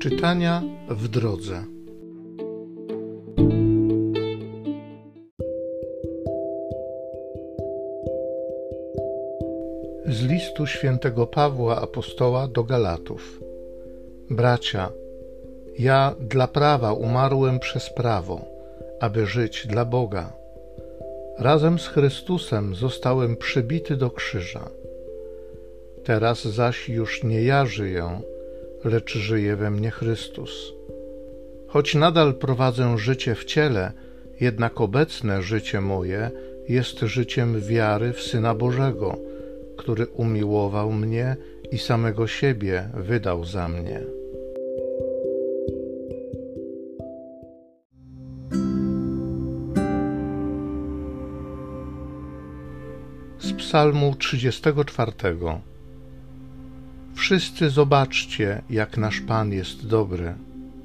Czytania w drodze. Z listu świętego Pawła apostoła do Galatów. Bracia, ja dla prawa umarłem przez prawo, aby żyć dla Boga. Razem z Chrystusem zostałem przybity do krzyża. Teraz zaś już nie ja żyję, lecz żyje we mnie Chrystus. Choć nadal prowadzę życie w ciele, jednak obecne życie moje jest życiem wiary w Syna Bożego, który umiłował mnie i samego siebie wydał za mnie. Z Psalmu 34. Wszyscy zobaczcie, jak nasz Pan jest dobry.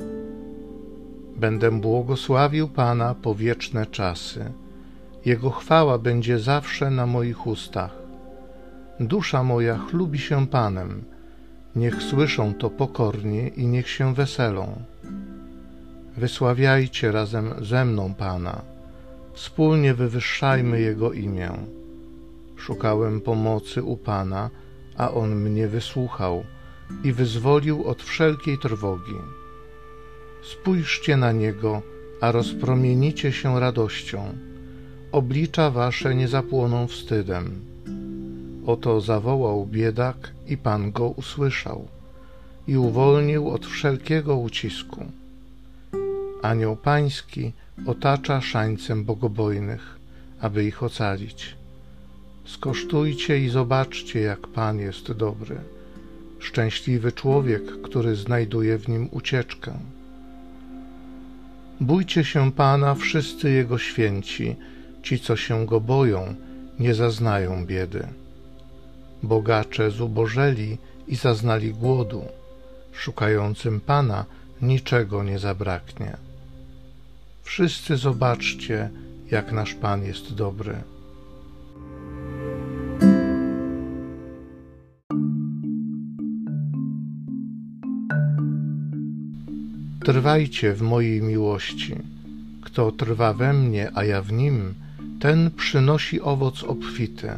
Będę błogosławił Pana po wieczne czasy. Jego chwała będzie zawsze na moich ustach. Dusza moja chlubi się Panem. Niech słyszą to pokorni i niech się weselą. Wysławiajcie razem ze mną Pana. Wspólnie wywyższajmy Jego imię. Szukałem pomocy u Pana, a On mnie wysłuchał i wyzwolił od wszelkiej trwogi. Spójrzcie na Niego, a rozpromienicie się radością. Oblicza wasze nie zapłoną wstydem. Oto zawołał biedak i Pan go usłyszał i uwolnił od wszelkiego ucisku. Anioł Pański otacza szańcem bogobojnych, aby ich ocalić. Skosztujcie i zobaczcie, jak Pan jest dobry. Szczęśliwy człowiek, który znajduje w Nim ucieczkę. Bójcie się Pana, wszyscy Jego święci, ci, co się Go boją, nie zaznają biedy. Bogacze zubożeli i zaznali głodu. Szukającym Pana niczego nie zabraknie. Wszyscy zobaczcie, jak nasz Pan jest dobry. Trwajcie w mojej miłości. Kto trwa we mnie, a ja w nim, ten przynosi owoc obfity.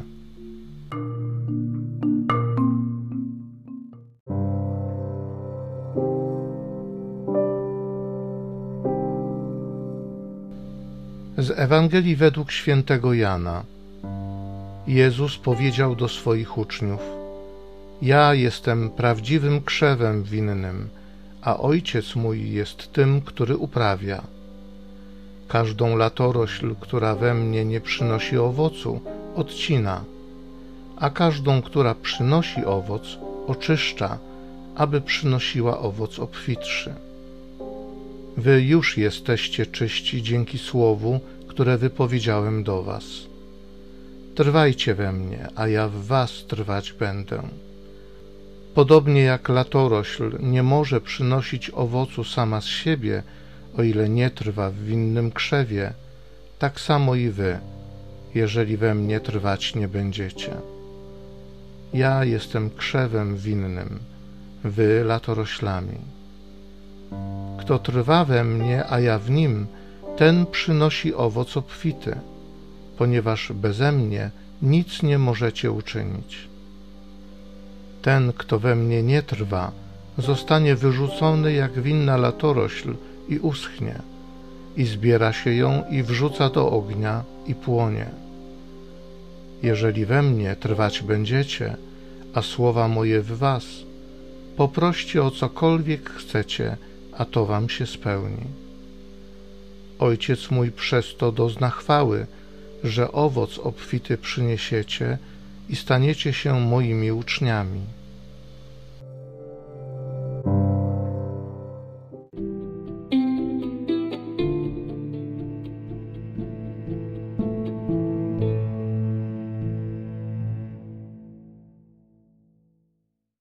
Z Ewangelii według świętego Jana. Jezus powiedział do swoich uczniów: Ja jestem prawdziwym krzewem winnym, a Ojciec mój jest tym, który uprawia. Każdą latorośl, która we mnie nie przynosi owocu, odcina, a każdą, która przynosi owoc, oczyszcza, aby przynosiła owoc obfitszy. Wy już jesteście czyści dzięki słowu, które wypowiedziałem do was. Trwajcie we mnie, a ja w was trwać będę. Podobnie jak latorośl nie może przynosić owocu sama z siebie, o ile nie trwa w winnym krzewie, tak samo i wy, jeżeli we mnie trwać nie będziecie. Ja jestem krzewem winnym, wy latoroślami. Kto trwa we mnie, a ja w nim, ten przynosi owoc obfity, ponieważ beze mnie nic nie możecie uczynić. Ten, kto we mnie nie trwa, zostanie wyrzucony jak winna latorośl i uschnie, i zbiera się ją i wrzuca do ognia i płonie. Jeżeli we mnie trwać będziecie, a słowa moje w was, poproście o cokolwiek chcecie, a to wam się spełni. Ojciec mój przez to dozna chwały, że owoc obfity przyniesiecie i staniecie się moimi uczniami.